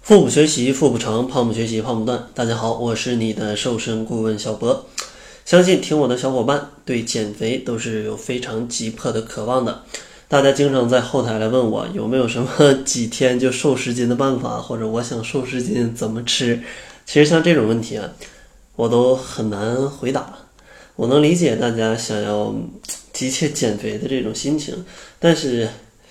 腹部学习腹部长，胖不学习胖不断。大家好，我是你的瘦身顾问小博。相信听我的小伙伴对减肥都是有非常急迫的渴望的。大家经常在后台来问我有没有什么几天就瘦10斤的办法，或者我想瘦10斤怎么吃。其实像这种问题我都很难回答。我能理解大家想要急切减肥的这种心情，但是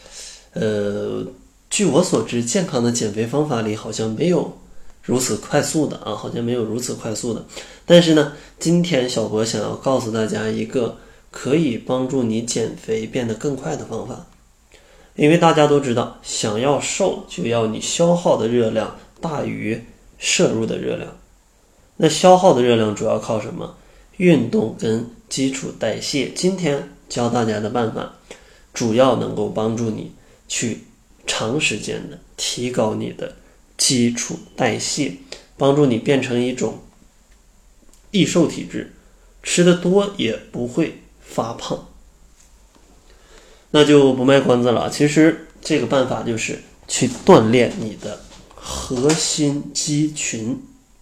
据我所知，健康的减肥方法里好像没有如此快速的但是呢，今天小博想要告诉大家一个可以帮助你减肥变得更快的方法。因为大家都知道，想要瘦就要你消耗的热量大于摄入的热量。那消耗的热量主要靠什么？运动跟基础代谢。今天教大家的办法主要能够帮助你去长时间的提高你的基础代谢，帮助你变成一种易瘦体质，吃得多也不会发胖。那就不卖关子了，其实这个办法就是去锻炼你的核心肌群。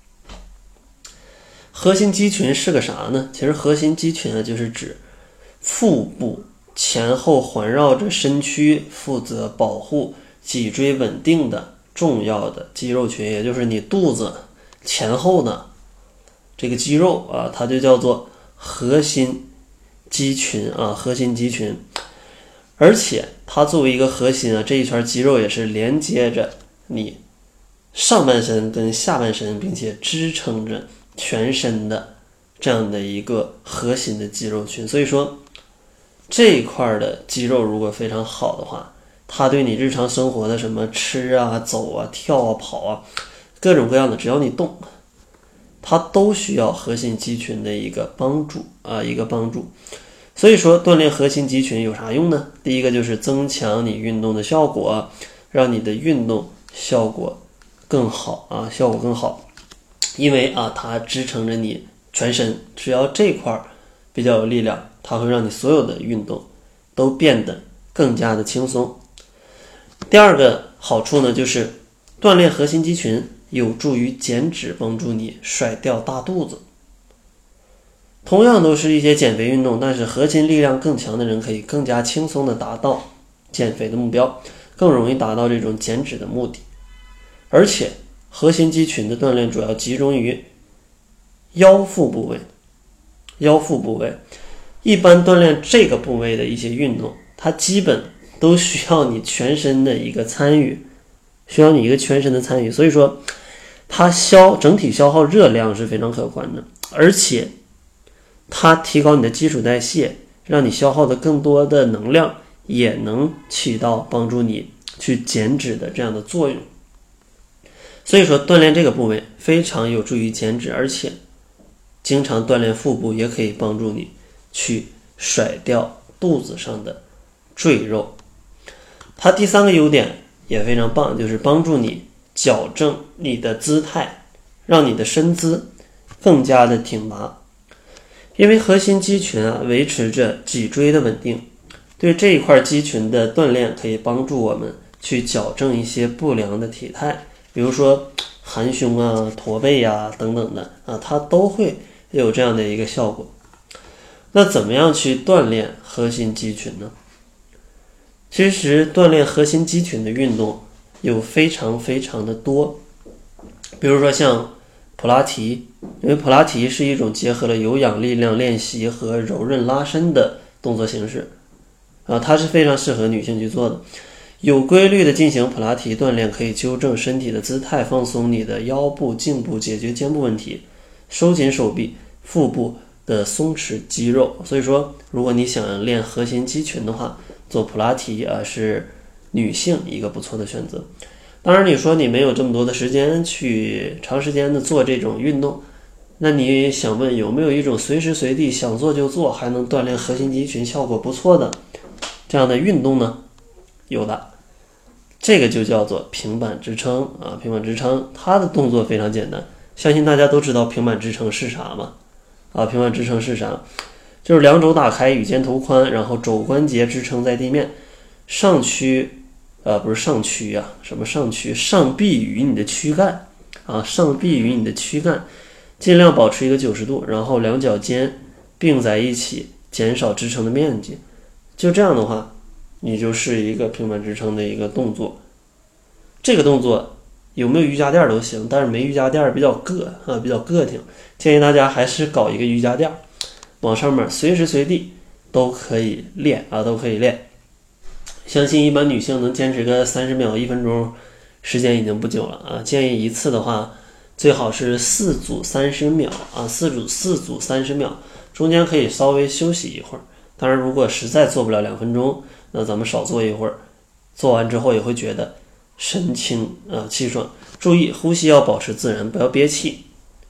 核心肌群是个啥呢？其实核心肌群就是指腹部前后环绕着身躯，负责保护脊椎稳定的重要的肌肉群，也就是你肚子前后的这个肌肉它就叫做核心肌群核心肌群。而且它作为一个核心这一圈肌肉也是连接着你上半身跟下半身，并且支撑着全身的这样的一个核心的肌肉群。所以说这一块的肌肉如果非常好的话，它对你日常生活的什么吃走跳跑各种各样的，只要你动，它都需要核心肌群的一个帮助。所以说锻炼核心肌群有啥用呢？第一个就是增强你运动的效果，让你的运动效果更好。因为它支撑着你全身，只要这块比较有力量，它会让你所有的运动都变得更加的轻松。第二个好处呢，就是锻炼核心肌群有助于减脂，帮助你甩掉大肚子。同样都是一些减肥运动，但是核心力量更强的人可以更加轻松的达到减肥的目标，更容易达到这种减脂的目的。而且核心肌群的锻炼主要集中于腰腹部位。一般锻炼这个部位的一些运动，它基本都需要你全身的一个参与，所以说它整体消耗热量是非常可观的，而且它提高你的基础代谢，让你消耗的更多的能量，也能起到帮助你去减脂的这样的作用。所以说锻炼这个部位非常有助于减脂，而且经常锻炼腹部也可以帮助你去甩掉肚子上的赘肉。它第三个优点也非常棒，就是帮助你矫正你的姿态，让你的身姿更加的挺拔。因为核心肌群维持着脊椎的稳定，对这一块肌群的锻炼可以帮助我们去矫正一些不良的体态，比如说含胸驼背等等的它都会有这样的一个效果。那怎么样去锻炼核心肌群呢？其实锻炼核心肌群的运动有非常的多，比如说像普拉提，因为普拉提是一种结合了有氧力量练习和柔韧拉伸的动作形式它是非常适合女性去做的。有规律的进行普拉提锻炼，可以纠正身体的姿态，放松你的腰部颈部，解决肩部问题，收紧手臂腹部的松弛肌肉。所以说如果你想练核心肌群的话，做普拉提是女性一个不错的选择。当然你说你没有这么多的时间去长时间的做这种运动，那你想问有没有一种随时随地想做就做，还能锻炼核心肌群效果不错的这样的运动呢？有的，这个就叫做平板支撑平板支撑它的动作非常简单，相信大家都知道平板支撑是啥吗？平板支撑是啥？就是两肘打开，与肩同宽，然后肘关节支撑在地面，上屈不是上屈啊，什么上屈？上臂与你的躯干啊，上臂与你的躯干，尽量保持一个90度，然后两脚尖并在一起，减少支撑的面积。就这样的话，你就是一个平板支撑的一个动作。这个动作有没有瑜伽垫都行，但是没瑜伽垫比较硌挺，建议大家还是搞一个瑜伽垫，往上面随时随地都可以练啊，都可以练。相信一般女性能坚持个30秒、1分钟，时间已经不久了啊。建议一次的话，最好是4组30秒啊，4组30秒，中间可以稍微休息一会儿。当然，如果实在做不了2分钟，那咱们少做一会儿，做完之后也会觉得神清气爽。注意呼吸要保持自然，不要憋气。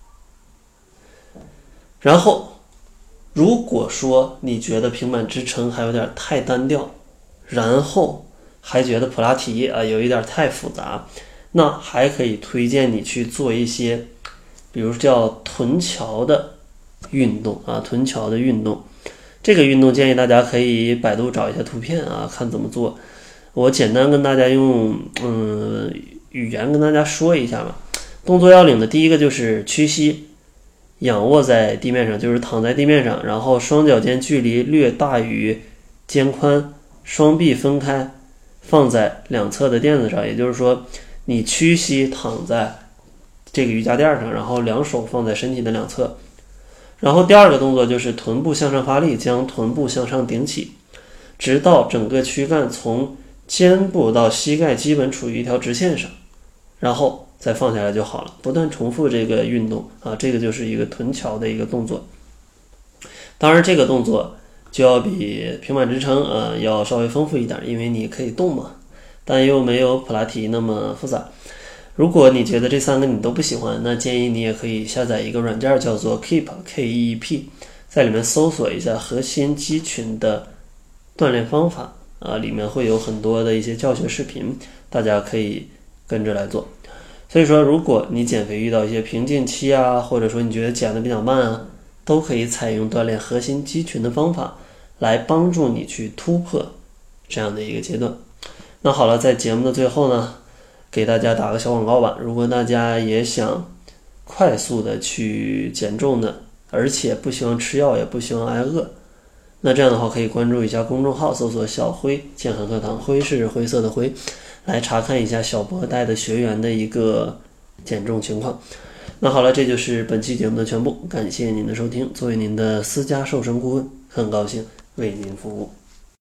然后，如果说你觉得平板支撑还有点太单调，然后还觉得普拉提有一点太复杂，那还可以推荐你去做一些，比如叫臀桥的运动啊，臀桥的运动。这个运动建议大家可以百度找一下图片啊，看怎么做。我简单跟大家用语言跟大家说一下吧。动作要领的第一个就是屈膝，仰卧在地面上，就是躺在地面上，然后双脚尖距离略大于肩宽，双臂分开放在两侧的垫子上，也就是说你屈膝躺在这个瑜伽垫上，然后两手放在身体的两侧。然后第二个动作就是臀部向上发力，将臀部向上顶起，直到整个躯干从肩部到膝盖基本处于一条直线上，然后再放下来就好了。不断重复这个运动啊，这个就是一个臀桥的一个动作。当然这个动作就要比平板支撑要稍微丰富一点，因为你可以动嘛，但又没有普拉提那么复杂。如果你觉得这3个你都不喜欢，那建议你也可以下载一个软件叫做 Keep K-E-E-P， 在里面搜索一下核心肌群的锻炼方法里面会有很多的一些教学视频，大家可以跟着来做。所以说如果你减肥遇到一些瓶颈期或者说你觉得减得比较慢都可以采用锻炼核心肌群的方法来帮助你去突破这样的一个阶段。那好了，在节目的最后呢，给大家打个小广告吧。如果大家也想快速的去减重的，而且不希望吃药也不希望挨饿，那这样的话可以关注一下公众号，搜索小辉健康课堂，辉是灰色的灰，来查看一下小博带的学员的一个减重情况。那好了，这就是本期节目的全部，感谢您的收听。作为您的私家瘦身顾问，很高兴为您服务。